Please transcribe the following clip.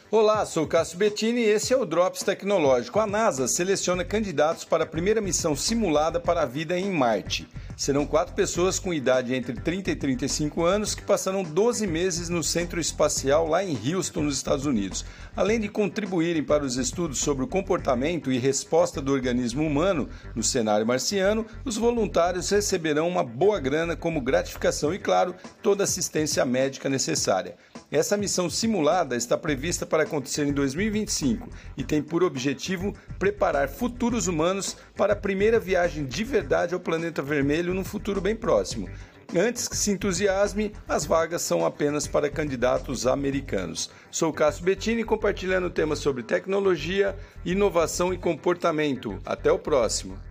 Olá, sou Cássio Bettini e esse é o Drops Tecnológico. A NASA seleciona candidatos para a primeira missão simulada para a vida em Marte. Serão 4 pessoas com idade entre 30 e 35 anos que passarão 12 meses no Centro Espacial lá em Houston, nos Estados Unidos. Além de contribuírem para os estudos sobre o comportamento e resposta do organismo humano no cenário marciano, os voluntários receberão uma boa grana como gratificação e, claro, toda a assistência médica necessária. Essa missão simulada está prevista para acontecer em 2025 e tem por objetivo preparar futuros humanos para a primeira viagem de verdade ao planeta vermelho num futuro bem próximo. Antes que se entusiasme, as vagas são apenas para candidatos americanos. Sou Cássio Bettini, compartilhando temas sobre tecnologia, inovação e comportamento. Até o próximo!